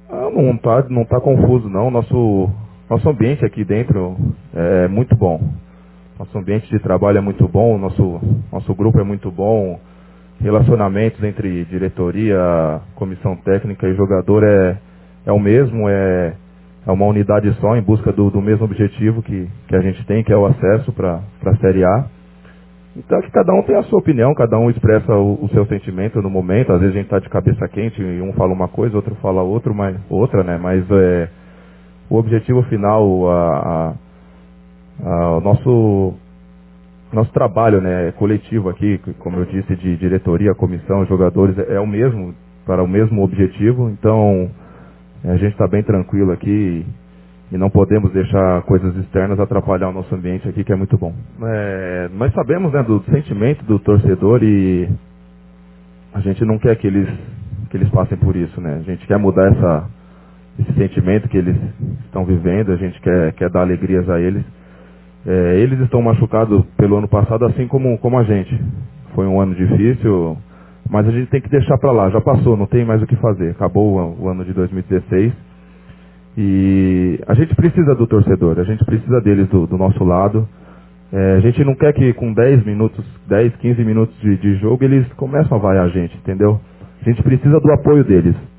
Não tá confuso não. Nosso ambiente aqui dentro é muito bom. Nosso ambiente de trabalho é muito bom, nosso grupo é muito bom. Relacionamentos entre diretoria, comissão técnica e jogador é o mesmo, é uma unidade só em busca do mesmo objetivo que a gente tem, que é o acesso para a Série A. Então que cada um tem a sua opinião, cada um expressa o seu sentimento no momento. Às vezes a gente está de cabeça quente e um fala uma coisa, outro fala outra, né? Mas o objetivo final, o nosso trabalho, né, coletivo aqui, como eu disse, de diretoria, comissão, jogadores, é o mesmo, para o mesmo objetivo. Então a gente está bem tranquilo aqui e não podemos deixar coisas externas atrapalhar o nosso ambiente aqui, que é muito bom. Nós sabemos, né, do sentimento do torcedor e a gente não quer que eles passem por isso, né? A gente quer mudar esse sentimento que eles estão vivendo, a gente quer dar alegrias a eles. Eles estão machucados pelo ano passado, assim como a gente. Foi um ano difícil, mas a gente tem que deixar para lá. Já passou, não tem mais o que fazer. Acabou o ano de 2016 e a gente precisa do torcedor, a gente precisa deles do nosso lado. A gente não quer que com 10 minutos, 10, 15 minutos de jogo eles começam a vaiar a gente, entendeu? A gente precisa do apoio deles.